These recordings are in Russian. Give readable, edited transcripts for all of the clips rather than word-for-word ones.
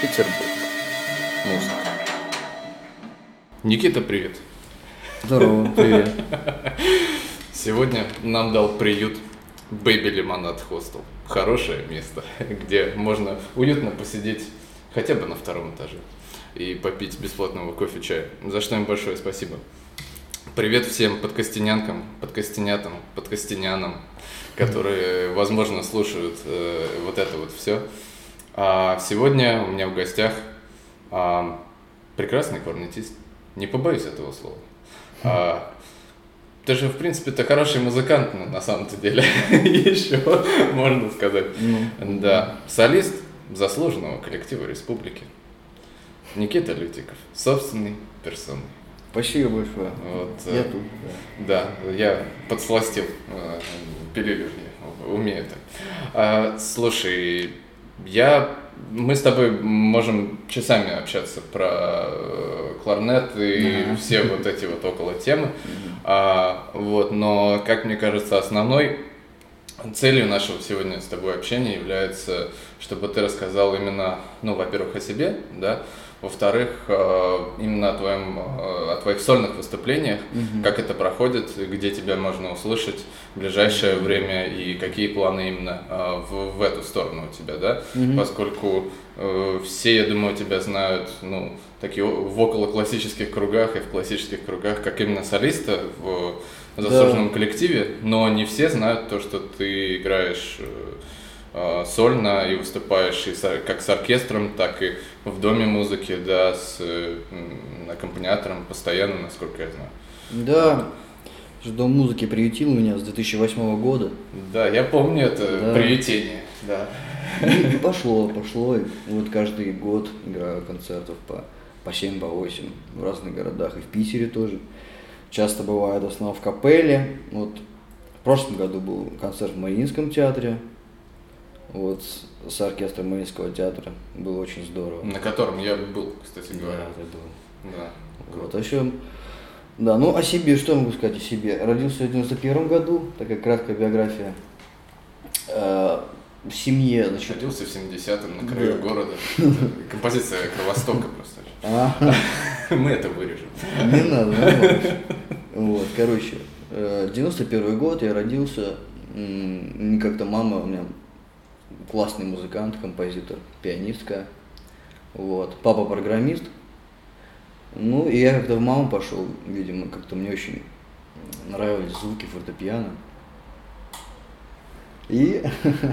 Петербург. Музыка. Никита, привет. Здорово, привет. Сегодня нам дал приют Baby Lemonade Hostel. Хорошее место, где можно уютно посидеть хотя бы на втором этаже и попить бесплатного кофе, чая. За что им большое спасибо. Привет всем подкастинянкам, подкастинятам, подкастинянам, которые, возможно, слушают вот это вот все. Сегодня у меня в гостях прекрасный кларнетист. Не побоюсь этого слова. Ты же, в принципе-то, хороший музыкант, на самом-то деле, еще можно сказать. Да, солист заслуженного коллектива республики. Никита Лютиков, собственной персоной. Спасибо большое. Вот, я тут. Да, я подсластил пилюлю, умею так. Слушай, мы с тобой можем часами общаться про кларнет и все вот эти вот около темы. Но, как мне кажется, основной целью нашего сегодня с тобой общения является, чтобы ты рассказал именно, во-первых, о себе, да, во-вторых, именно о твоих сольных выступлениях, как это проходит, где тебя можно услышать в ближайшее время и какие планы именно в эту сторону у тебя, да, поскольку все, я думаю, тебя знают, такие в околоклассических кругах и в классических кругах, как именно солиста в заслуженном коллективе, но не все знают то, что ты играешь сольно и выступаешь как с оркестром, так и в доме музыки, да, с аккомпаниатором постоянно, насколько я знаю. Да, Дом музыки приютил меня с 2008 года. Да, я помню это приютение. Да. И пошло. И вот каждый год играю концертов по 7, по 8 в разных городах, и в Питере тоже. Часто бывает в основном в капелле. Вот в прошлом году был концерт в Мариинском театре. Вот с оркестром Мариинского театра. Было очень здорово. На котором я был, кстати говоря. Да, ты был. Да. Вот, о чем? Да, о себе, что могу сказать о себе? Родился в 91 году, такая краткая биография. В семье, значит... Родился в 70-м на краю города. Композиция Кровостока просто. Мы это вырежем. Не надо, нормально. Вот, короче, 91 год я родился, как-то мама у меня классный музыкант, композитор, пианистка, вот, папа программист, и я когда в маму пошел, видимо, как-то мне очень нравились звуки фортепиано, и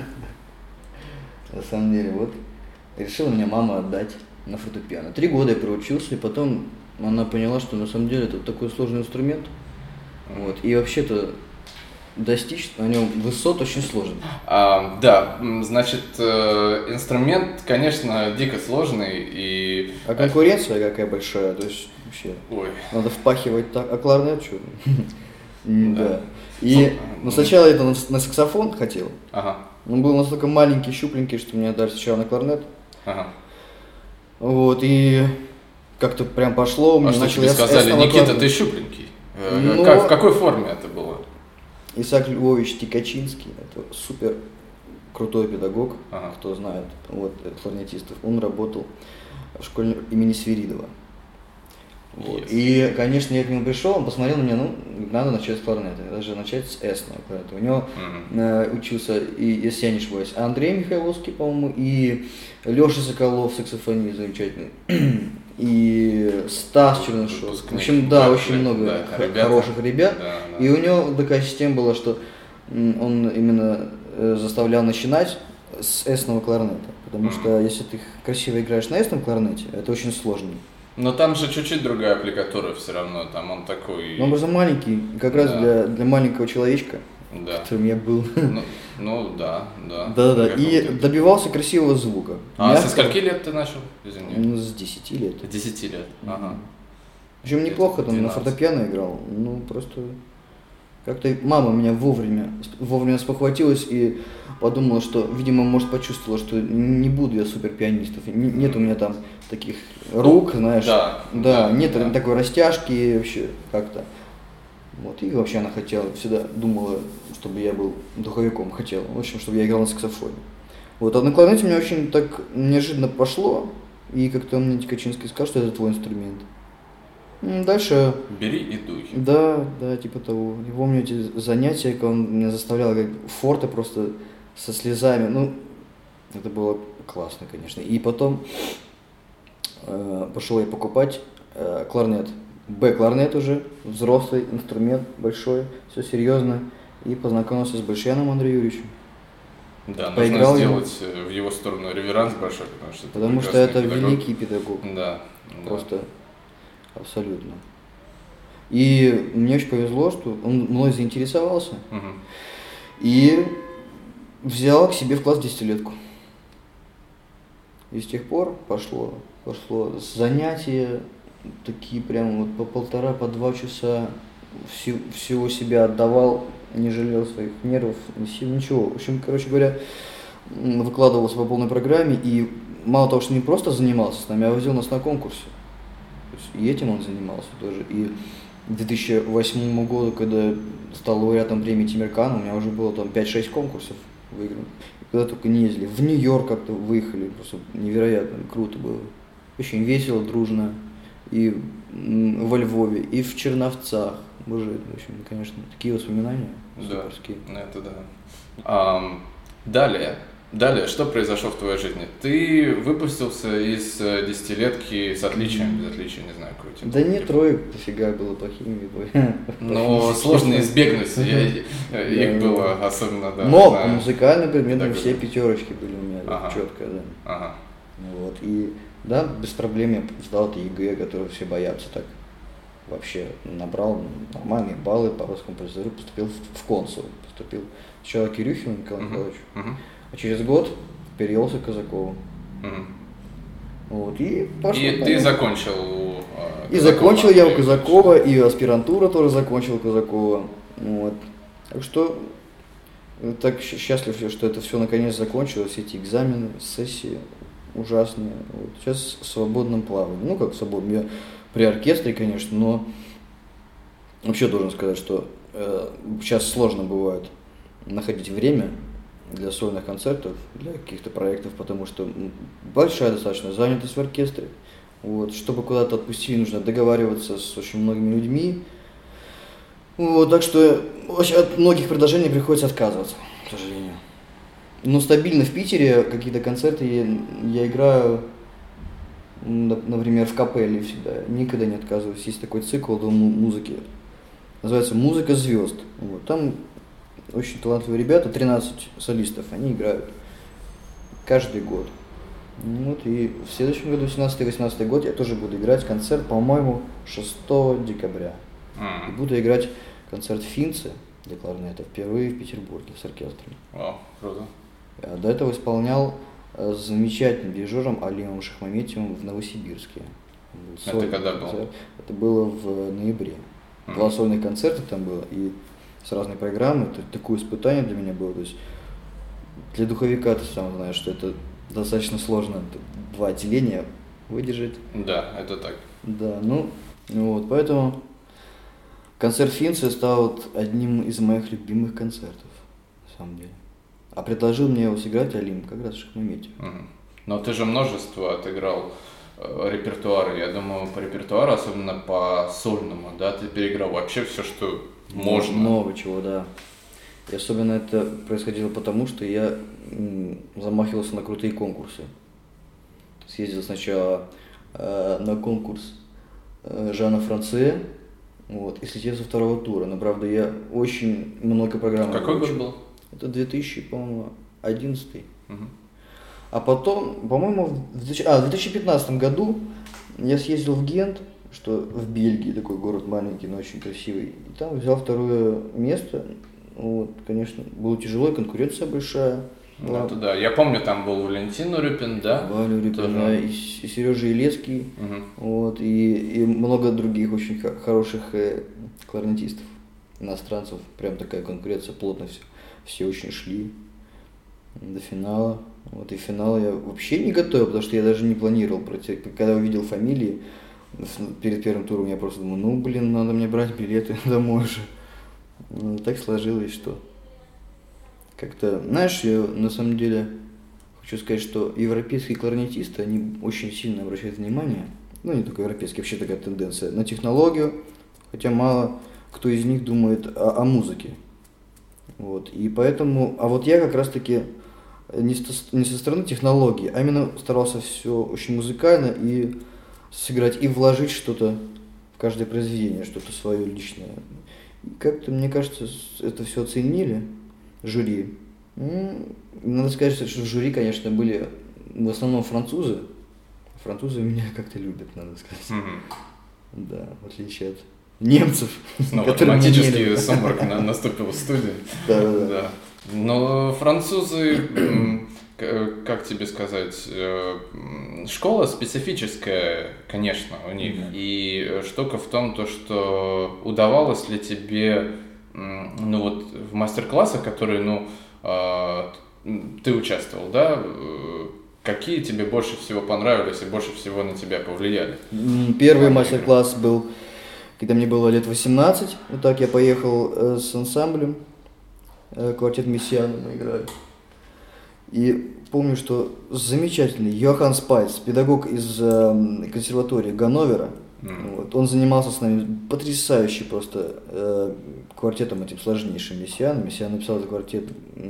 на самом деле решила меня мама отдать на фортепиано. 3 года я проучился, и потом она поняла, что на самом деле это такой сложный инструмент, вот, и вообще-то достичь на нем высот очень сложно. Да, значит, инструмент, конечно, дико сложный и... А конкуренция какая большая, то есть вообще надо впахивать так, а кларнет что? Да. И сначала я на саксофон хотел, он был настолько маленький, щупленький, что меня дали сначала на кларнет. Вот, и как-то прям пошло. А что тебе сказали, Никита, ты щупленький? В какой форме это было? Исаак Львович Тикачинский, это супер крутой педагог, кто знает, кларнетистов. Он работал в школе имени Свиридова. Вот. И, конечно, я к нему пришел, он посмотрел на меня, надо начать с кларнета, даже начать с эсного кларнета. У него учился, и, если я не ошибаюсь, Андрей Михайловский, по-моему, и Леша Соколов, саксофонист замечательный, и Стас Чернышов. В общем, да, очень много хороших ребят. И у него такая система была, что он именно заставлял начинать с эсного кларнета, потому что если ты красиво играешь на эсном кларнете, это очень сложно. Но там же чуть-чуть другая аппликатура все равно, там он такой... Он просто маленький, как раз для маленького человечка, которым я был. Да. Да, и добивался красивого звука. Со скольки лет ты начал? Извини. С 10 лет. 10 лет, Причем неплохо, там 12. На фортепиано играл, просто... Как-то мама меня вовремя спохватилась и подумала, что, видимо, может, почувствовала, что не буду я супер пианистов. Нет у меня там таких рук, знаешь. Нет такой растяжки вообще как-то. Вот, и вообще она всегда думала, чтобы я был духовиком, хотела. В общем, чтобы я играл на саксофоне. Вот, а на кларнете у меня очень так неожиданно пошло. И как-то мне Качинский сказал, что это твой инструмент. Дальше... Бери и дуй. Да, типа того. Я помню эти занятия, когда он меня заставлял как форте просто со слезами. Ну, это было классно, конечно. И потом пошел я покупать кларнет. Б-кларнет уже, взрослый инструмент, большой, все серьезно. И познакомился с Большьяном Андреем Юрьевичем. Да, нужно сделать в его сторону реверанс большой, потому что это великий педагог. Да. Просто абсолютно. И мне очень повезло, что он мной заинтересовался. И взял к себе в класс 10-летку. И с тех пор пошло занятия, такие прям вот по 1,5, по 2 часа всего себя отдавал, не жалел своих нервов, ни сил, ничего. В общем, короче говоря, выкладывался по полной программе, и мало того, что не просто занимался с нами, а возил нас на конкурсе. То есть и этим он занимался тоже. И к 2008 году, когда стал лауреатом премии Тимиркана, у меня уже было там 5-6 конкурсов выиграно. Куда только не ездили. В Нью-Йорк как-то выехали, просто невероятно круто было. Очень весело, дружно. И во Львове, и в Черновцах. Боже, в общем, конечно, такие воспоминания суперские. Да, это да. Далее, что произошло в твоей жизни? Ты выпустился из 10-летки с отличием, без отличия, не знаю, какой тебе. Да нет, троек дофига было плохими. Но сложно избегнуть, их было особенно, да. Но по музыкальным предметам все 5 были у меня, четко, да. Вот, и да, без проблем я сдал это ЕГЭ, которое все боятся так. Вообще набрал нормальные баллы по русскому композитору, поступил в консул. Поступил сначала Кирюхину Николаю Николаевичу, а через год перевелся к Казакову. Вот, и пошло. И ты закончил у Казакова. И закончил я у Казакова, и аспирантура тоже закончил у Казакова. Вот. Так что так счастлив, что это все наконец закончилось, эти экзамены, сессии ужасные. Вот. Сейчас в свободном плавании. Ну, как в свободном, я при оркестре, конечно, но вообще должен сказать, что сейчас сложно бывает находить время для сольных концертов, для каких-то проектов, потому что большая достаточно занятость в оркестре. Вот. Чтобы куда-то отпустить, нужно договариваться с очень многими людьми. Вот. Так что от многих предложений приходится отказываться, к сожалению. Но стабильно в Питере какие-то концерты я играю, например, в капелле всегда. Никогда не отказываюсь. Есть такой цикл Дом музыки. Называется «Музыка звезд». Вот. Там очень талантливые ребята, 13 солистов, они играют каждый год. Вот. И в следующем году, 17-18 год, я тоже буду играть концерт, по-моему, 6 декабря. И буду играть концерт Финцы для кларнета впервые в Петербурге с оркестром. Вау, круто. А до этого исполнял с замечательным дирижером Алимом Шахмаметьевым в Новосибирске. Это когда было? Это было в ноябре. 2 сольных концерта там было, и с разной программой. Это такое испытание для меня было. То есть для духовика ты сам знаешь, что это достаточно сложно 2 отделения выдержать. Да, это так. Да, ну вот, поэтому концерт Финцы стал вот одним из моих любимых концертов, на самом деле. А предложил мне его сыграть Алим, как раз в Шахмамете. Но ты же множество отыграл репертуара. Я думаю, по репертуару, особенно по сольному, да, ты переиграл вообще все, что можно. Много чего, да. И особенно это происходило потому, что я замахивался на крутые конкурсы. Съездил сначала на конкурс Жана Франце, вот, и слетел со 2-го тура. Но, правда, я очень много программ. Какой год был? Это 2000, по-моему, 11. А потом, по-моему, в 2015 году я съездил в Гент, что в Бельгии, такой город маленький, но очень красивый. И там взял 2-е место. Вот, конечно, было тяжело, конкуренция большая. Ну, это да. Я помню, там был Валентин Урюпин, да? Валя Урюпин, да, и Сережа Елецкий, вот, и много других очень хороших кларнетистов, иностранцев. Прям такая конкуренция, плотно все очень шли до финала. Вот, и финал я вообще не готовил, потому что я даже не планировал пройти. Когда увидел фамилии перед первым туром, я просто думаю, надо мне брать билеты домой уже. Так сложилось, что как-то, знаешь, я на самом деле хочу Хочу сказать, что европейские кларнетисты, они очень сильно обращают внимание, ну не только европейские, вообще такая тенденция, на технологию, хотя мало кто из них думает о музыке. Вот. И поэтому, а вот я как раз-таки не со стороны технологии, а именно старался все очень музыкально и сыграть, и вложить что-то в каждое произведение, что-то свое личное. И как-то, мне кажется, это все оценили жюри. Надо сказать, что в жюри, конечно, были в основном французы. Французы меня как-то любят, надо сказать. Да, в отличие от немцев. Снова романтический сумрак наступил в студии. Да. Но французы, как тебе сказать, школа специфическая, конечно, у них. И штука в том, что удавалось ли тебе, ну вот в мастер-классах, которые, ты участвовал, да, какие тебе больше всего понравились и больше всего на тебя повлияли? Первый мастер-класс был, когда мне было лет 18. Вот так я поехал с ансамблем, квартет Мессиана мы играли. И помню, что замечательный Йохан Спайц, педагог из консерватории Ганновера, вот, он занимался с нами потрясающе просто квартетом этим сложнейшим Мессиана. Мессиан написал этот квартет,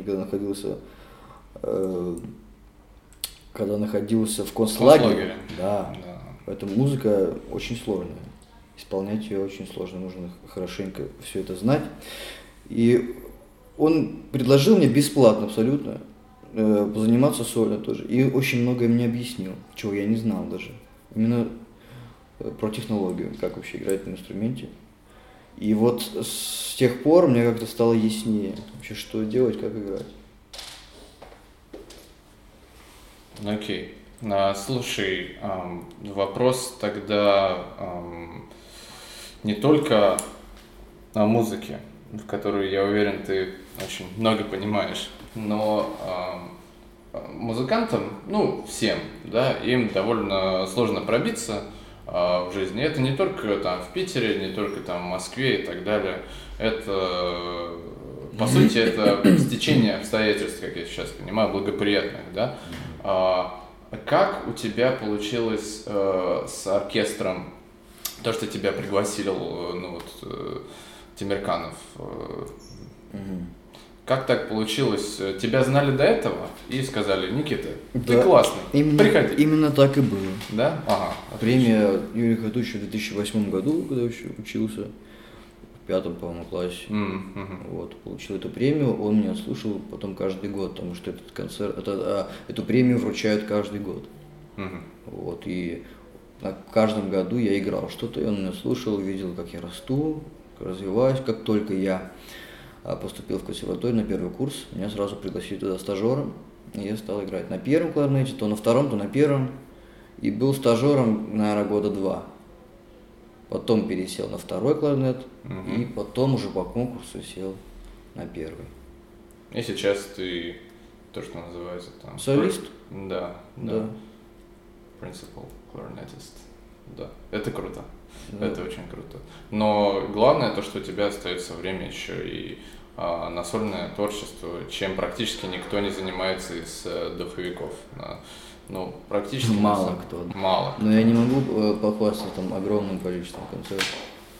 когда находился в концлагере. Да. Поэтому музыка очень сложная. Исполнять ее очень сложно, нужно хорошенько все это знать. И он предложил мне бесплатно абсолютно позаниматься сольно тоже. И очень многое мне объяснил, чего я не знал даже. Именно про технологию, как вообще играть на инструменте. И вот с тех пор мне как-то стало яснее вообще, что делать, как играть. Окей. Слушай, вопрос тогда не только о музыке, в которую, я уверен, ты очень много понимаешь, но музыкантам, всем, да, им довольно сложно пробиться в жизни. Это не только там в Питере, не только там в Москве и так далее. Это, по сути, это стечение обстоятельств, как я сейчас понимаю, благоприятных, да. Как у тебя получилось с оркестром, то, что тебя пригласил, Темирканов? Как так получилось? Тебя знали до этого и сказали: Никита, ты классный, приходи. Именно так и было. Да? Ага. Премия Юрия Хатучева в 2008 году, когда еще учился, в 5-м, по-моему, классе. Вот, получил эту премию, он меня слушал потом каждый год, потому что этот концерт, эту премию вручают каждый год. Вот, и в каждом году я играл что-то, и он меня слушал, видел, как я расту, развиваюсь. Как только я поступил в консерваторию на первый курс, меня сразу пригласили туда стажером, и я стал играть на первом кларнете, то на втором, то на первом, и был стажером, наверное, года 2. Потом пересел на второй кларнет, и потом уже по конкурсу сел на первый. И сейчас ты то, что называется там... Солист? Да. Principal clarinetist. Да, это круто. Да. Это очень круто. Но главное то, что у тебя остается время еще и на сольное творчество, чем практически никто не занимается из духовиков. Практически мало кто. Мало. Но я не могу похвастаться там огромным количеством концертов.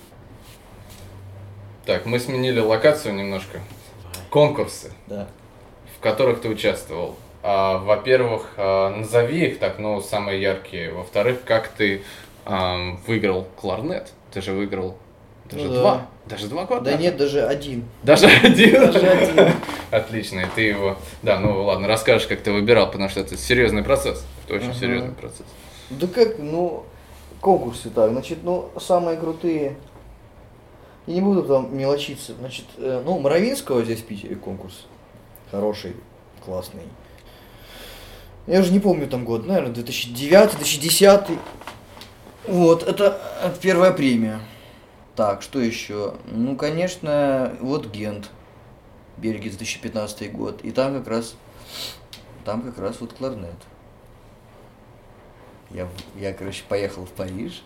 Так, мы сменили локацию немножко. Конкурсы, да, в которых ты участвовал. Во-первых, назови их так, самые яркие. Во-вторых, как ты выиграл кларнет? Ты же выиграл даже два. Даже 2 кларнета? Да нет, даже 1. Даже один? Даже 1. Отлично, и ты его... Да, ладно, расскажешь, как ты выбирал, потому что это серьезный процесс. Это очень серьезный процесс. Да как, конкурсы так, значит, самые крутые... Я не буду там мелочиться. Значит, Моровинского здесь в Питере конкурс. Хороший, классный. Я уже не помню там год, наверное, 2009-2010. Вот, это первая премия. Так, что еще? Конечно, вот Гент. Бельгия, 2015 год. И там как раз вот кларнет. Я, поехал в Париж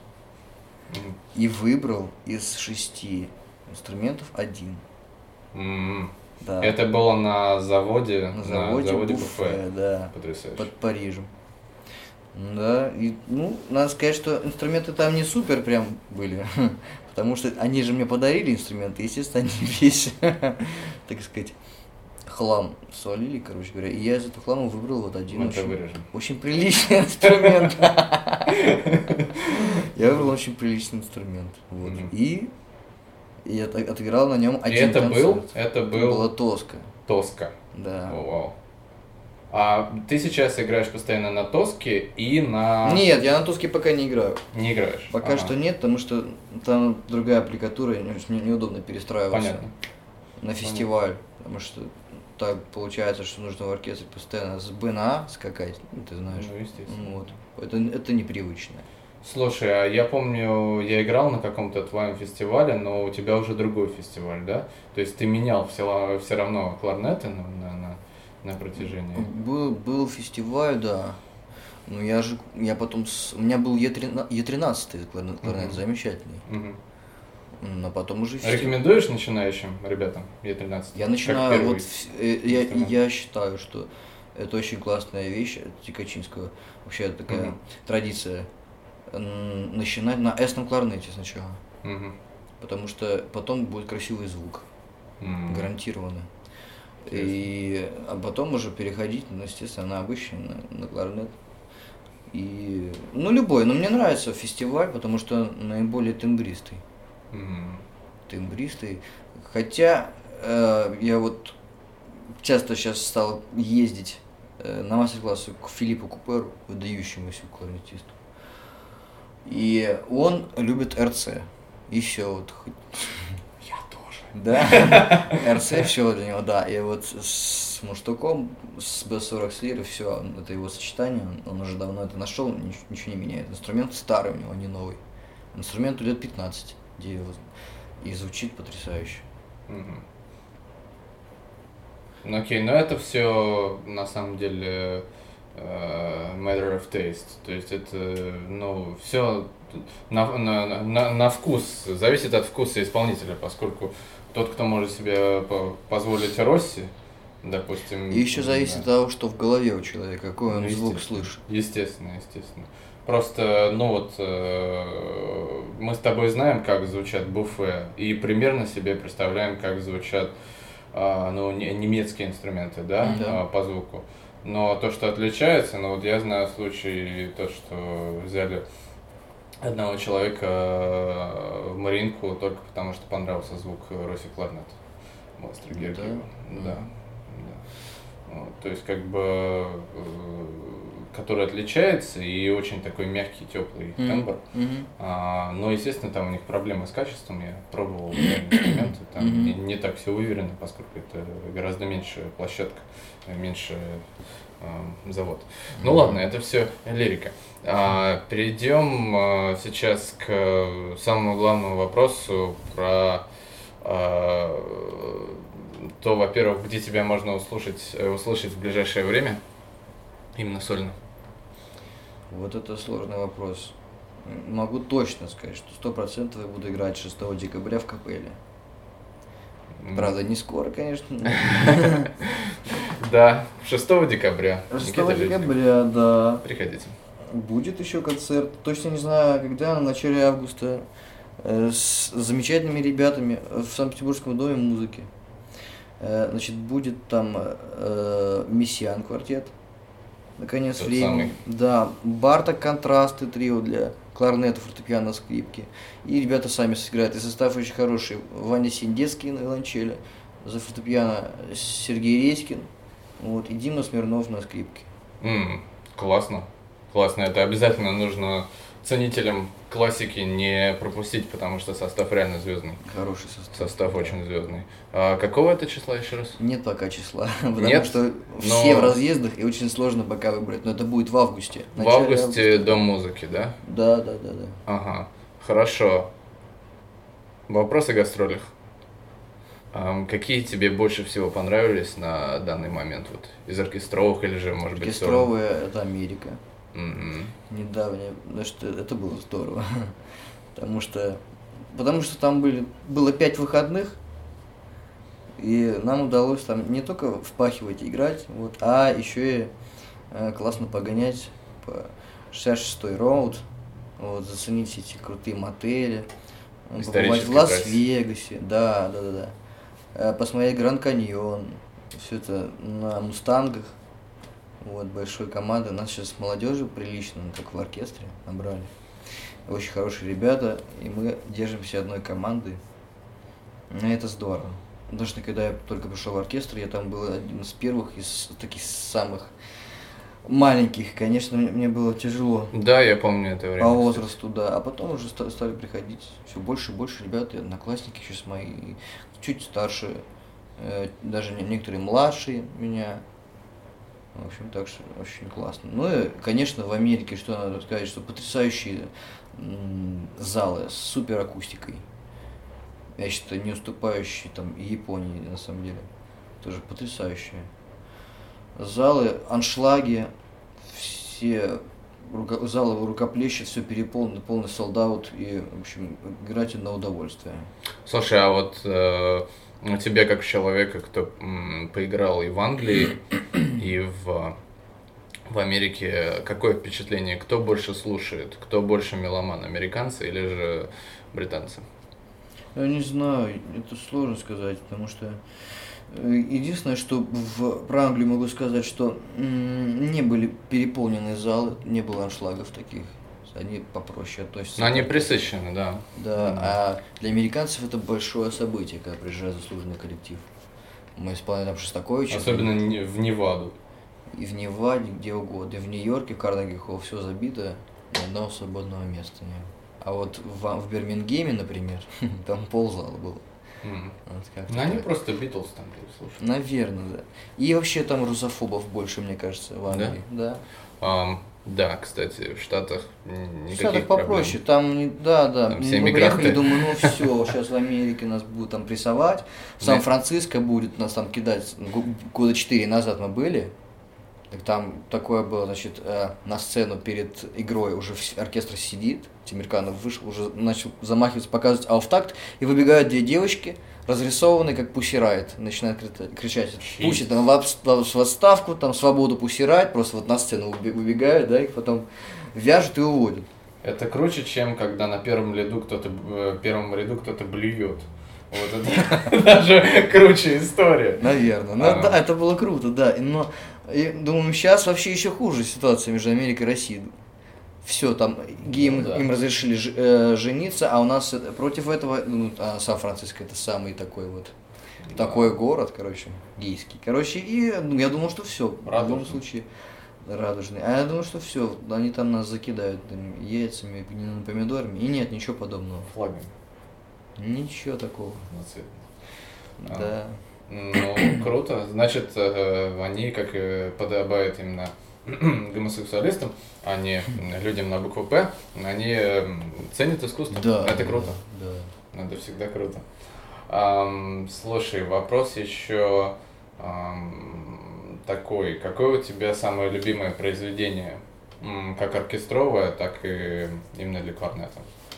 и выбрал из 6 инструментов 1. Да. Это было на заводе? На заводе Буффе, да. Потрясающе. Под Парижем. Да, и, надо сказать, что инструменты там не супер прям были, потому что они же мне подарили инструменты, естественно, они весь, так сказать, хлам свалили, короче говоря, и я из этого хлама выбрал вот один очень приличный инструмент. Я выбрал очень приличный инструмент, вот, и я отыграл на нем один концерт. Это была Тоска. Тоска. Да. Вау. А ты сейчас играешь постоянно на Тоске и на... Нет, я на Тоске пока не играю. Не играешь? Пока что нет, потому что там другая аппликатура, и мне неудобно перестраиваться. Понятно. На фестиваль, потому что так получается, что нужно в оркестре постоянно с Б на А скакать, ты знаешь. Ну, естественно. Вот. Это непривычно. Слушай, а я помню, я играл на каком-то твоем фестивале, но у тебя уже другой фестиваль, да? То есть ты менял все равно кларнеты на протяжении? Был фестиваль, да. Но я потом, у меня был Е13 кларнет, замечательный. Но потом уже фестиваль. Рекомендуешь начинающим ребятам Е13? Я начинаю, вот, я считаю, что это очень классная вещь от Тикачинского. Вообще это такая традиция. Начинать на эсном кларнете сначала. Потому что потом будет красивый звук. Гарантированно. А потом уже переходить, естественно, на обычный, на кларнет. И, любой. Но мне нравится фестиваль, потому что наиболее тембристый. Тембристый. Хотя я вот часто сейчас стал ездить на мастер-классы к Филиппу Куперу, выдающемуся кларнетисту. И он любит РЦ. И все вот. Я тоже. Да. РЦ все для него, да. И вот с Муштуком, с Б40 с лирой, все, это его сочетание. Он уже давно это нашел, ничего не меняет. Инструмент старый у него, не новый. Инструменту лет 15. И звучит потрясающе. Ну окей, но это все на самом деле matter of taste, то есть это, все на вкус, зависит от вкуса исполнителя, поскольку тот, кто может себе позволить Росси, допустим... И еще зависит от того, что в голове у человека, какой он звук слышит. Естественно. Просто, мы с тобой знаем, как звучат буфе, и примерно себе представляем, как звучат немецкие инструменты, да, по звуку. Но то, что отличается, я знаю случай, что взяли одного человека в Маринку только потому, что понравился звук Росси кларнет мастера Гергиева. Да. Вот, то есть, который отличается и очень такой мягкий, теплый тембр. Но, естественно, там у них проблемы с качеством. Я пробовал инструменты, там не так все выверено, поскольку это гораздо меньше площадка, меньше завод. Ну ладно, это все лирика. Перейдем сейчас к самому главному вопросу про то, во-первых, где тебя можно услышать в ближайшее время, именно сольно. Вот это сложный вопрос. Могу точно сказать, что 100% я буду играть 6 декабря в капелле. Правда, не скоро, конечно. Да, 6 декабря. 6 декабря, да. Приходите. Будет еще концерт. Точно не знаю, когда, в начале августа. С замечательными ребятами в Санкт-Петербургском доме музыки. Значит, будет там Мессиан квартет. Наконец тот времени. Самый. Да, Барток контрасты, трио для кларнета, фортепиано, скрипки. И ребята сами сыграют. И состав очень хороший. Ваня Синдецкий на виолончели, за фортепиано Сергей Редькин, вот, и Дима Смирнов на скрипке. Классно. Это обязательно нужно ценителям классики не пропустить, потому что состав реально звездный. Хороший состав. Состав очень звездный. А какого это числа еще раз? Нет пока числа, потому что все в разъездах и очень сложно пока выбрать. Но это будет в августе. В августе Дом музыки, да? Да. Ага, хорошо. Вопрос о гастролях. Какие тебе больше всего понравились на данный момент? Вот, из оркестровых или же, может быть, оркестровые – это Америка. Недавнее, потому что это было здорово. Потому что там было 5 выходных, И нам удалось там не только впахивать и играть, вот, а еще и классно погонять по 66-й роуд, вот, заценить эти крутые мотели, побывать в Лас-Вегасе, да, посмотреть Гранд Каньон, все это на Мустангах, вот, большой команды. Нас сейчас молодежи прилично, как в оркестре набрали. Очень хорошие ребята, и мы держимся одной командой. И это здорово. Потому что когда я только пришел в оркестр, я там был один из первых, из таких самых маленьких. Конечно, мне было тяжело. Да, я помню это время. По возрасту, да. А потом уже стали приходить все больше и больше ребят, и одноклассники сейчас мои, чуть старше, даже некоторые младшие меня. В общем, так что очень классно. Ну и, конечно, в Америке, что надо сказать, что потрясающие залы с супер акустикой. Я считаю, не уступающие там Японии, на самом деле. Тоже потрясающие. Залы, аншлаги, все залы рукоплещут, все переполнено, полный солдаут, и, в общем, играть на удовольствие. Слушай, а вот тебе, как человека, кто поиграл и в Англии, и в Америке, какое впечатление? Кто больше слушает? Кто больше меломан? Американцы или же британцы? Я не знаю, это сложно сказать, потому что единственное, что про Англию могу сказать, что не были переполнены залы, не было аншлагов таких, они попроще относятся. Но они пресыщены, да. Да, а для американцев это большое событие, когда приезжает заслуженный коллектив. Мы исполняем там Шостаковича. Особенно в Неваду. И в Неваде, где угодно, и в Нью-Йорке, в Карнеги-Холл, все забито, ни одного свободного места нет. А вот в Бирмингеме, например, там ползала было. Вот они просто Битлз там слушают. Наверное, да. И вообще там русофобов больше, мне кажется, в Англии. Да? Да, кстати, в Штатах никаких В Штатах попроще, там, Там все мы приехали, мигранты. думаю, ну все, сейчас в Америке нас будут там прессовать, в Сан-Франциско будет нас там кидать, года 4 назад мы были, так там такое было, значит, на сцену перед игрой уже оркестр сидит, Тимирканов вышел, уже начал замахиваться, показывать ауфтакт, и выбегают две девочки, разрисованные как Pussy Riot, начинают кричать Пусси там в отставку, там свободу Pussy Riot, просто вот на сцену выбегают, да, их потом вяжут и уводят. Это круче, чем когда на первом ряду кто-то блюет. Вот это даже круче история. Наверное. Да, это было круто, да. Но думаю, сейчас вообще еще хуже ситуация между Америкой и Россией. Все, там им разрешили жениться, а у нас против этого, Сан-Франциско это самый такой вот, такой город, короче, гейский. Короче, и я думал, что все, в любом случае, радужный. А я думал, что все, они там нас закидают яйцами, помидорами, и нет, ничего подобного. Флагами. Ничего такого. Да. Ну, круто. Значит, они, как и подобает именно гомосексуалистам, а не людям на букву «П», они ценят искусство. Да. Это круто. Да. Это всегда круто. Слушай, вопрос еще такой. Какое у тебя самое любимое произведение? Как оркестровое, так и именно для кларнета?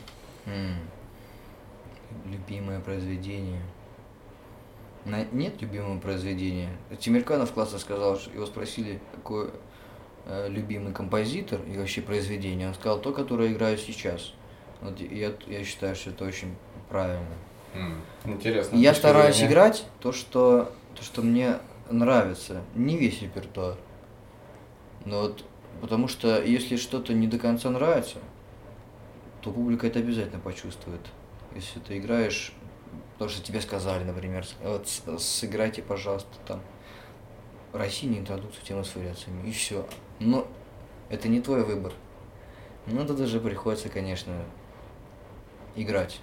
Любимое произведение. Нет любимого произведения. Тимирканов классно сказал, что его спросили, какой любимый композитор и вообще произведение. Он сказал то, которое играю сейчас. Вот я считаю, что это очень правильно. Интересно. Я стараюсь играть то, что мне нравится. Не весь репертуар. Но вот, потому что если что-то не до конца нравится, то публика это обязательно почувствует. Если ты играешь, то, что тебе сказали, например, вот сыграйте, пожалуйста, там России интродукцию темы с вариациями, и все. Но это не твой выбор. Ну, это даже приходится, конечно, играть.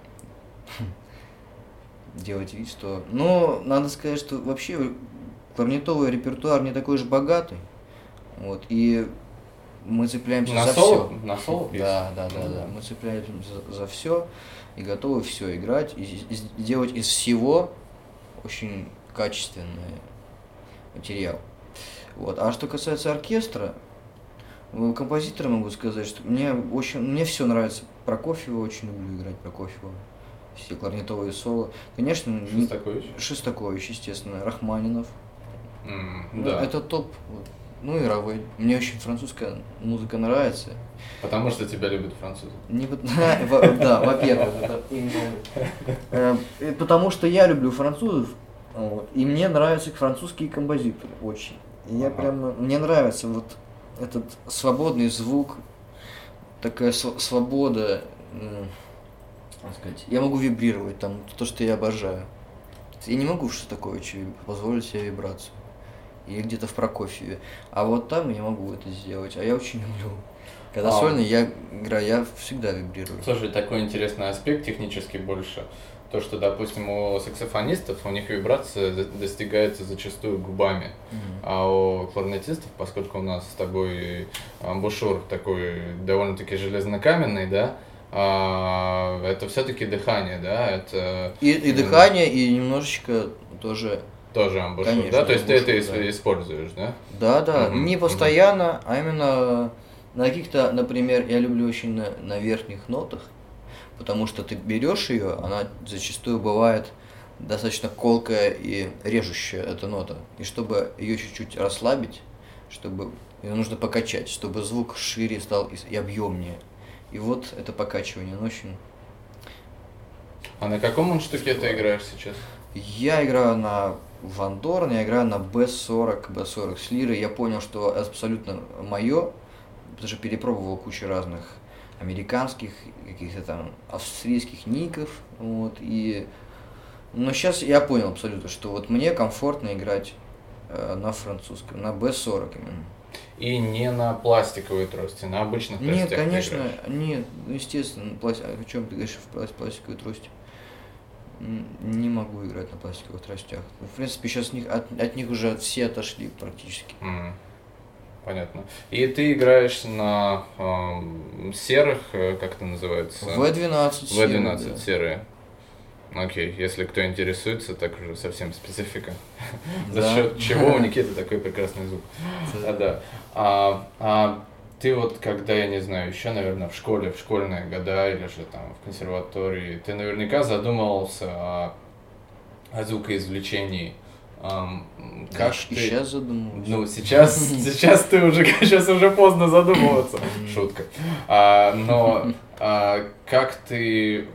Делать вид, что... Но надо сказать, что вообще кларнетовый репертуар не такой уж богатый. Вот, и мы цепляемся за все. На соло? Да. Мы цепляемся за все и готовы все играть и сделать из всего очень качественный материал. Вот. А что касается оркестра, композитора могу сказать, что мне все нравится. Прокофьева очень люблю играть, Прокофьева. все кларнетовые соло. Конечно, Шостакович, естественно, Рахманинов. Да. Это топ. Ну и Равель. Мне очень французская музыка нравится. Потому что тебя любят французы. Да, во-первых, потому что я люблю французов, и мне нравятся французские композиторы очень. И мне нравится вот этот свободный звук, такая свобода, как сказать, я могу вибрировать там, то, что я обожаю. Я не могу в Шостаковиче позволить себе вибрацию. Или где-то в Прокофьеве. А вот там я могу это сделать, а я очень люблю. Когда сольно я играю, я всегда вибрирую. Слушай, такой интересный аспект технический больше. То, что, допустим, у саксофонистов у них вибрация достигается зачастую губами, а у кларнетистов, поскольку у нас с тобой амбушюр такой довольно-таки железнокаменный, да, это все-таки дыхание, да, это... И дыхание, и немножечко тоже амбушюр, конечно, да? То есть амбушюр, ты это используешь, да? Да, не постоянно, а именно на каких-то, например, я люблю очень на верхних нотах, потому что ты берешь ее, она зачастую бывает достаточно колкая и режущая, эта нота. И чтобы ее чуть-чуть расслабить, чтобы ее нужно покачать, чтобы звук шире стал и объемнее. И вот это покачивание, оно очень... А на каком мундштуке ты играешь сейчас? Я играю на Вандорн, я играю на B40 с лирой. Я понял, что это абсолютно мое, потому что перепробовал кучу разных американских, каких-то там австрийских ников, вот, но сейчас я понял абсолютно, что вот мне комфортно играть на французском, на B40 именно. И не на пластиковой трости, на обычных тростях. Нет, конечно, нет, естественно, о чем ты говоришь в пластиковой трости? Не могу играть на пластиковых тростях. В принципе, сейчас от них уже все отошли практически. Понятно. И ты играешь на серых, как это называется? V12 V12 да. Серые. Окей, если кто интересуется, так уже совсем специфика. За счет чего у Никиты такой прекрасный звук. Да. Ты вот, когда, я не знаю, еще, наверное, в школьные года или же там в консерватории, ты наверняка задумывался о звукоизвлечении. Как ты... сейчас задумывался. Ну, сейчас ты уже, сейчас уже поздно задумываться. Шутка. Но как ты...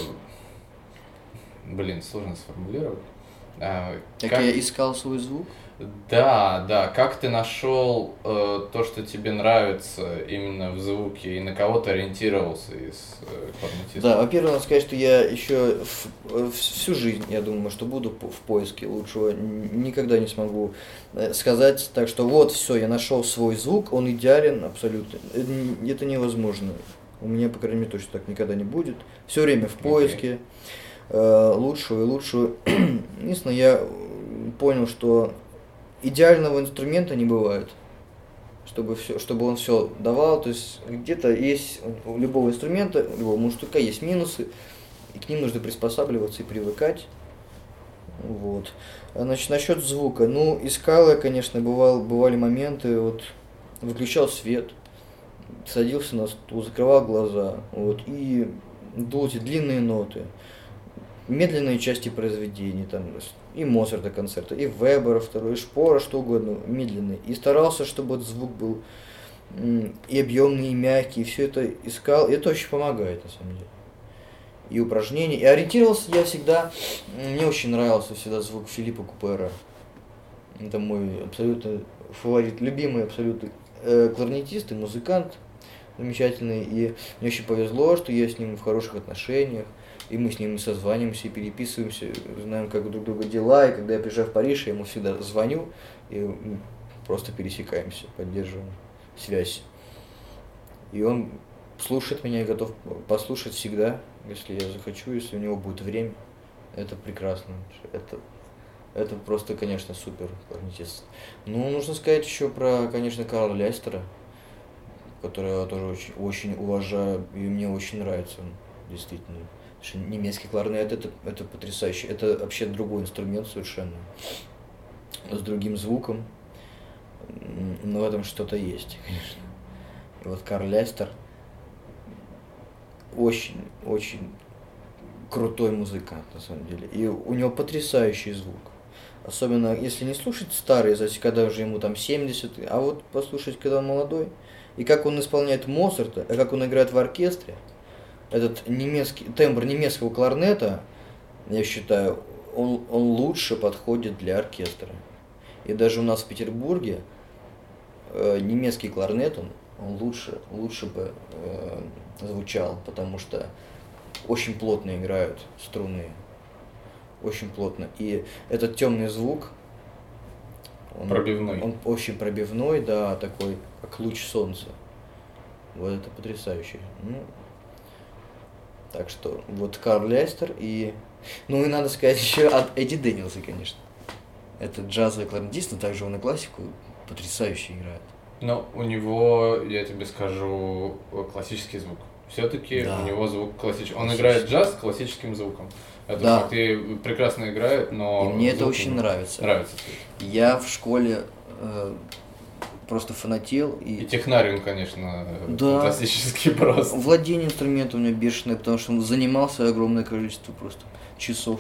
сложно сформулировать. Как я искал свой звук? Да. Как ты нашел то, что тебе нравится именно в звуке, и на кого ты ориентировался из кларнетистов? Да, во-первых, надо сказать, что я еще всю жизнь, я думаю, что буду в поиске лучшего. Никогда не смогу сказать так, что вот, все, я нашел свой звук, он идеален абсолютно. Это невозможно. У меня, по крайней мере, точно так никогда не будет. Все время в поиске лучшего и лучшего. Единственное, я понял, что идеального инструмента не бывает, чтобы он все давал. То есть где-то есть у любого инструмента, у любого мундштука есть минусы, и к ним нужно приспосабливаться и привыкать. Вот. Значит, насчет звука. Ну, искал я, конечно, бывали моменты, вот, выключал свет, садился на стул, закрывал глаза, вот, и дул эти длинные ноты, медленные части произведений, там, и Моцарта концерта, и Вебера второй, и Шпора, что угодно, медленный. И старался, чтобы этот звук был и объемный, и мягкий, и все это искал. И это очень помогает, на самом деле. И упражнения. И ориентировался я всегда, мне очень нравился всегда звук Филиппа Купера. Это мой абсолютно фаворит, любимый абсолютно кларнетист и музыкант замечательный. И мне очень повезло, что я с ним в хороших отношениях. И мы с ним созваниваемся и переписываемся, знаем, как друг друга дела. И когда я приезжаю в Париж, я ему всегда звоню, и просто пересекаемся, поддерживаем связь. И он слушает меня и готов послушать всегда, если я захочу, если у него будет время. Это прекрасно. Это просто, конечно, супер кларнетист. Ну, нужно сказать еще про, конечно, Карла Ляйстера, которого я тоже очень, очень уважаю, и мне очень нравится он, действительно. Немецкий кларнет это потрясающе. Это вообще другой инструмент совершенно. С другим звуком. Но в этом что-то есть, конечно. И вот Карл Ляйстер очень крутой музыкант, на самом деле. И у него потрясающий звук. Особенно, если не слушать старые записи, когда уже ему там 70, а вот послушать, когда он молодой. И как он исполняет Моцарта, и как он играет в оркестре. Этот немецкий, тембр немецкого кларнета, я считаю, он лучше подходит для оркестра. И даже у нас в Петербурге немецкий кларнет, он лучше бы звучал, потому что очень плотно играют струны. Очень плотно. И этот темный звук, пробивной. Он очень пробивной, да, такой, как луч солнца. Вот это потрясающе. Ну, так что вот Карл Лейстер и... Ну и надо сказать еще от Эдди Дэниелса, конечно. Это джазовый кларнетист, но также он и классику потрясающе играет. Но у него, я тебе скажу, классический звук. Все-таки у него звук классический. Он играет джаз с классическим звуком. Это факт, и прекрасно играет, но... И мне это очень нравится. Нравится. Я в школе просто фанател. И технарь он, конечно, фантастический просто. Владение инструментом у меня бешеное, потому что он занимался огромное количество просто часов.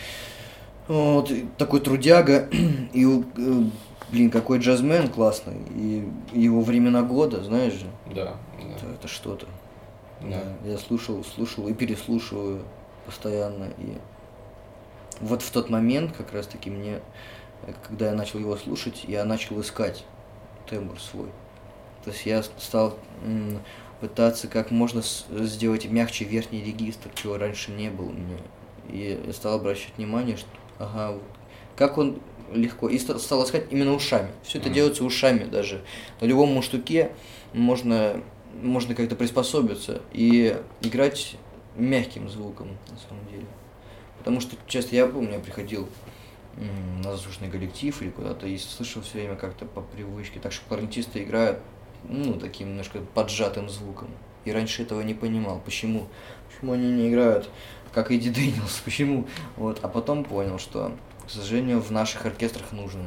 Вот, такой трудяга. И, блин, какой джазмен классный. И его времена года, знаешь же. Да. Это что-то. Да. Я слушал и переслушиваю постоянно. И вот в тот момент, как раз таки когда я начал его слушать, я начал искать тембр свой. То есть я стал пытаться как можно сделать мягче верхний регистр, чего раньше не было у меня. И я стал обращать внимание, что как он легко. И стал искать именно ушами. Все это делается ушами даже. На любом мундштуке можно как-то приспособиться и играть мягким звуком, на самом деле. Потому что часто я помню, я приходил на заслушанный коллектив или куда-то и слышал все время как-то по привычке. Так что кларнетисты играют, таким немножко поджатым звуком. И раньше этого не понимал. Почему они не играют как Эдди Дэниелс? Почему? Вот. А потом понял, что, к сожалению, в наших оркестрах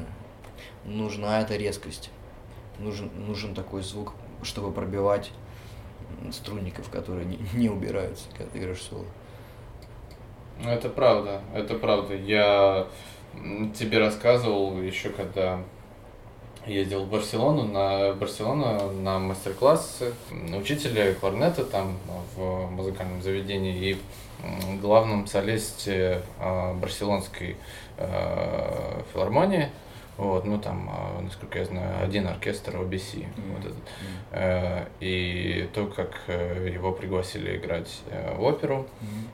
нужна эта резкость. Нужен такой звук, чтобы пробивать струнников, которые не убираются, когда ты играешь соло. Это правда. Я тебе рассказывал еще, когда ездил в Барселону на мастер-класс учителя кларнета там в музыкальном заведении и главном солисте барселонской филармонии. Вот, там, насколько я знаю, один оркестр OBC. Вот этот. И то, как его пригласили играть в оперу.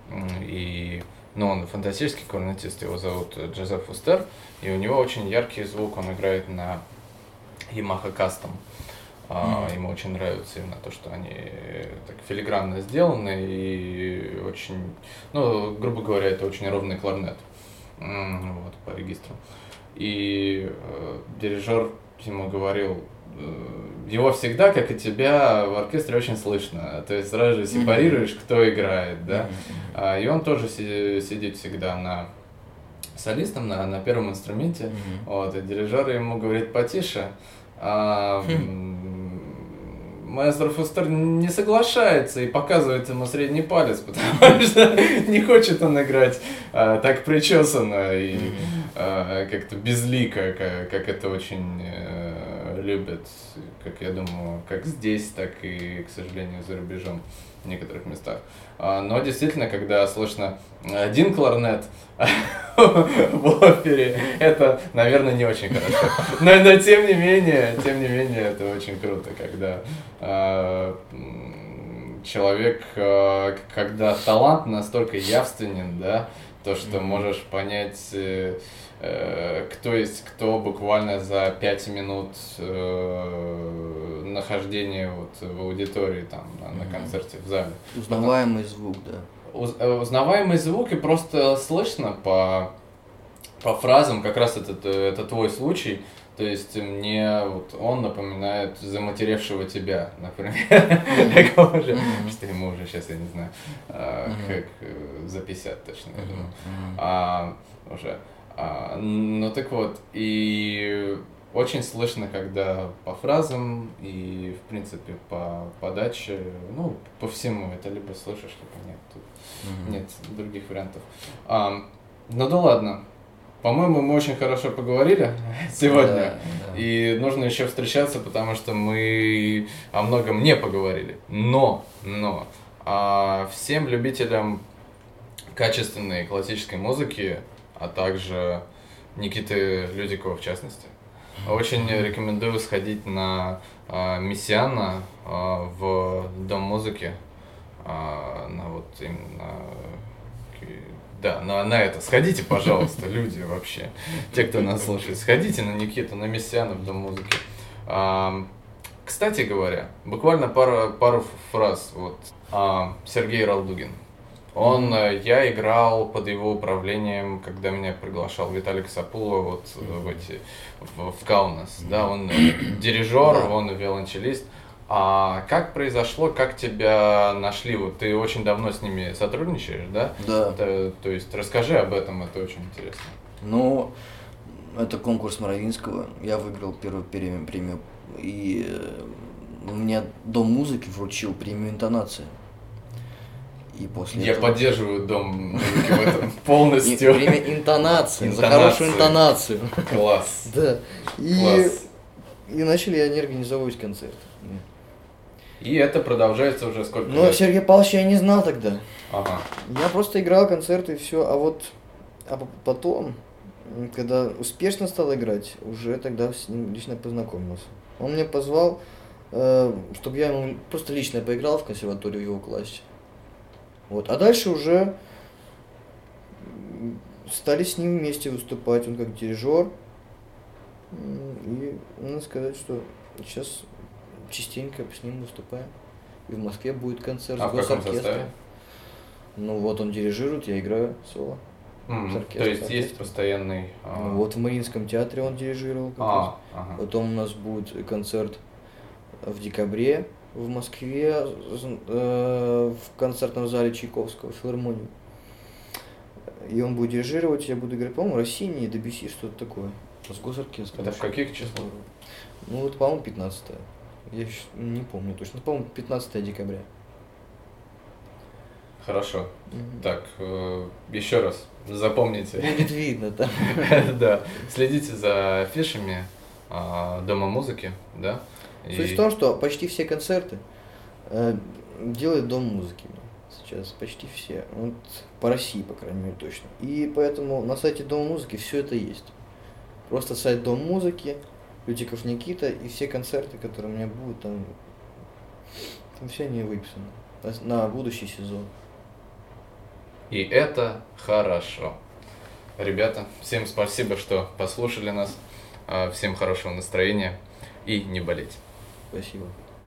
И, он фантастический кларнетист, его зовут Джозеф Фустер, и у него очень яркий звук, он играет на Yamaha Custom. Ему очень нравится именно то, что они так филигранно сделаны и очень, грубо говоря, это очень ровный кларнет по регистру. И дирижер ему говорил, его всегда, как и тебя, в оркестре очень слышно. То есть сразу же сепарируешь, кто играет, да. И он тоже сидит всегда солистом на первом инструменте. Вот, и дирижер ему говорит потише. Маэстро Фустер не соглашается и показывает ему средний палец, потому что не хочет он играть так причесанно и как-то безлико, как это очень любят, как я думаю, как здесь, так и, к сожалению, за рубежом в некоторых местах. Но действительно, когда слышно один кларнет в опере, это, наверное, не очень хорошо. Но тем не менее, это очень круто, когда человек, когда талант настолько явственен, да, то, что можешь понять, кто есть кто буквально за 5 минут нахождения в аудитории, там, на концерте, в зале. Узнаваемый звук, да. Узнаваемый звук, и просто слышно по фразам, как раз это твой случай. То есть мне он напоминает заматеревшего тебя, например. Что ему уже сейчас, я не знаю, как за 50 точно, я думаю. Уже. Так вот, и очень слышно, когда по фразам и, в принципе, по подаче, ну, по всему это либо слышишь, либо нет. Тут нет других вариантов. Ну да ладно. По-моему, мы очень хорошо поговорили сегодня. Да. И нужно еще встречаться, потому что мы о многом не поговорили. Но всем любителям качественной классической музыки, а также Никиты Людикова в частности, очень рекомендую сходить на Мессиана в Дом музыки. На вот именно... Да, на это. Сходите, пожалуйста, люди вообще. Те, кто нас слушает. Сходите на Никиту, на Мессиана в Дом музыки. Кстати говоря, буквально пару фраз. Вот. Сергей Ралдугин. Я играл под его управлением, когда меня приглашал Виталик Сапула вот в Каунас. Да, он дирижер, он виолончелист. А как произошло, как тебя нашли? Вот ты очень давно с ними сотрудничаешь, да? Да. То есть расскажи об этом, это очень интересно. Ну, это конкурс Моровинского. Я выиграл первую премию. И мне Дом музыки вручил премию «Интонация». И после Я этого... поддерживаю Дом музыки в этом полностью. Премия «Интонация». За хорошую интонацию. Класс. Да. Класс. И начали они организовывать концерты. И это продолжается уже сколько лет? Сергея Павловича я не знал тогда. Ага. Я просто играл концерты и все. А потом, когда успешно стал играть, уже тогда с ним лично познакомился. Он меня позвал, чтобы я ему просто лично поиграл в консерватории в его классе. Вот. А дальше уже стали с ним вместе выступать. Он как дирижер. И надо сказать, что сейчас частенько с ним выступаем. И в Москве будет концерт с госоркестром. Ну вот он дирижирует, я играю соло. То есть есть постоянный... Вот в Мариинском театре он дирижировал. Потом у нас будет концерт в декабре в Москве в концертном зале Чайковского, филармонии. И он будет дирижировать, я буду играть, по-моему, Россини, Дебюсси, что-то такое. С госоркестром. Это в каких числах? Ну вот, по-моему, 15-е. Я не помню точно. По-моему, 15 декабря. Хорошо. Так, еще раз, запомните. Будет видно, да. Да. Следите за афишами Дома музыки, да? Суть в том, что почти все концерты делает Дом музыки сейчас. Почти все. Вот по России, по крайней мере, точно. И поэтому на сайте Дома музыки все это есть. Просто сайт Дом музыки, Лютиков Никита, и все концерты, которые у меня будут, там все они выписаны на будущий сезон. И это хорошо. Ребята, всем спасибо, что послушали нас. Всем хорошего настроения и не болеть. Спасибо.